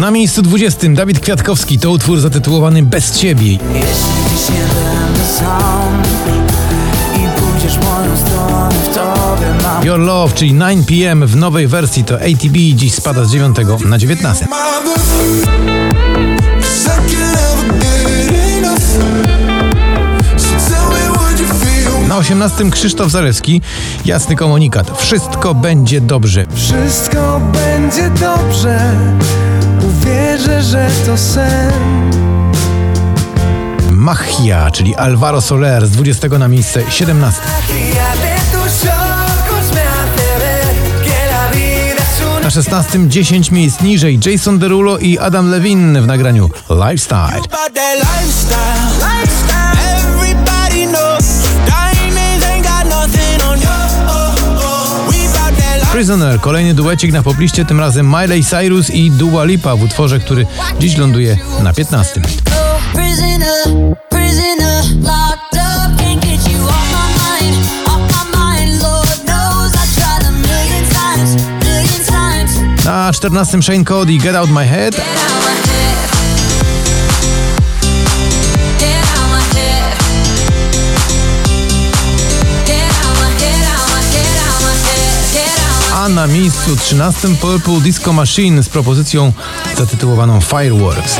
Na miejscu 20 Dawid Kwiatkowski, to utwór zatytułowany Bez Ciebie. Jeśli dziś nie będę sam i pójdziesz moją stronę, w tobie mam Your Love, czyli 9 PM w nowej wersji, to ATB, dziś spada z 9 na 19. Na 18 Krzysztof Zalewski, jasny komunikat. Wszystko będzie dobrze. Wszystko będzie dobrze, uwierzę, że to sen. Machia, czyli Alvaro Soler z 20 na miejsce 17. Na 16 10 miejsc niżej Jason Derulo i Adam Levine w nagraniu Lifestyle. Prisoner, kolejny duecik na pobliście, tym razem Miley Cyrus i Dua Lipa w utworze, który dziś ląduje na 15. Na 14 Shane Cody, Get Out My Head. A na miejscu 13 Purple Disco Machine z propozycją zatytułowaną Fireworks.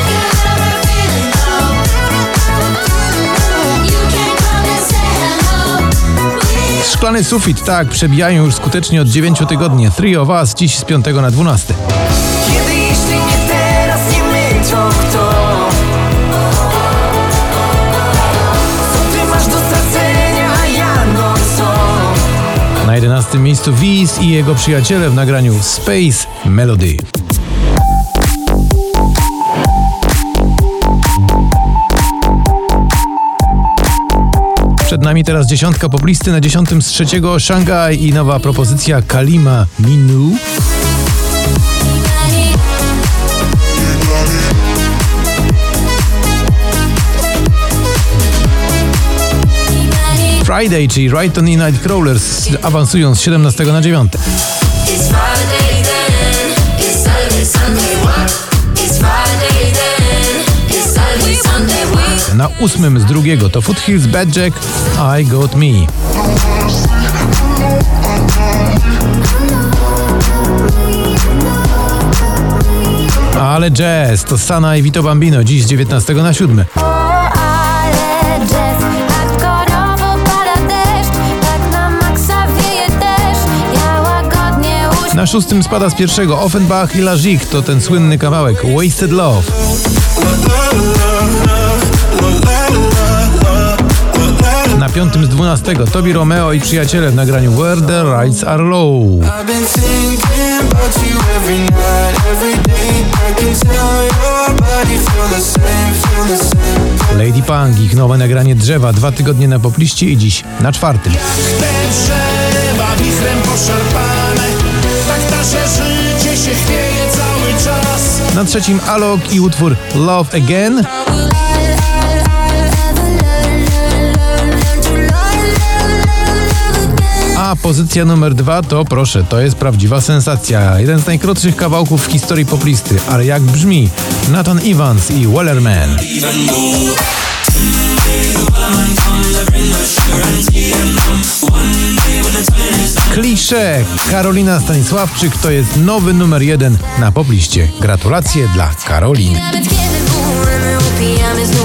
Szklany sufit, tak, przebijają już skutecznie od 9 tygodni. Three of Us dziś z 5 na 12. Kiedy jeśli nie teraz, nie my, to kto? Co ty masz do stracenia, a ja no co? Na 11 miejscu Wiz i jego przyjaciele w nagraniu Space Melody. Przed nami teraz 10 poplisty, na 10 z 3 Shanghai i nowa propozycja Kalima Minu. Friday, czyli Rayton i Nightcrawlers awansują z 17 na 9. Na 8 z 2 to Foothills Bad Jack, I Got Me. Ale jazz to Sana i Vito Bambino, dziś z 19 na 7. Na 6 spada z 1 Offenbach i Lazik, to ten słynny kawałek Wasted Love. Na 5 z 12 Tobi Romeo i przyjaciele w nagraniu Where the Rights Are Low. Lady Punk, ich nowe nagranie Drzewa, 2 tygodnie na popliście i dziś na 4. Te drzewa wichrem poszarpane, tak nasze życie się chwieje cały czas. Na 3 Alok i utwór Love Again. A pozycja numer 2 to, proszę, to jest prawdziwa sensacja. Jeden z najkrótszych kawałków w historii poplisty, ale jak brzmi? Nathan Evans i Wellerman. Klisze, Karolina Stanisławczyk to jest nowy numer 1 na popliście. Gratulacje dla Karoliny. Nawet kiedy umrzemy, upijamy znów.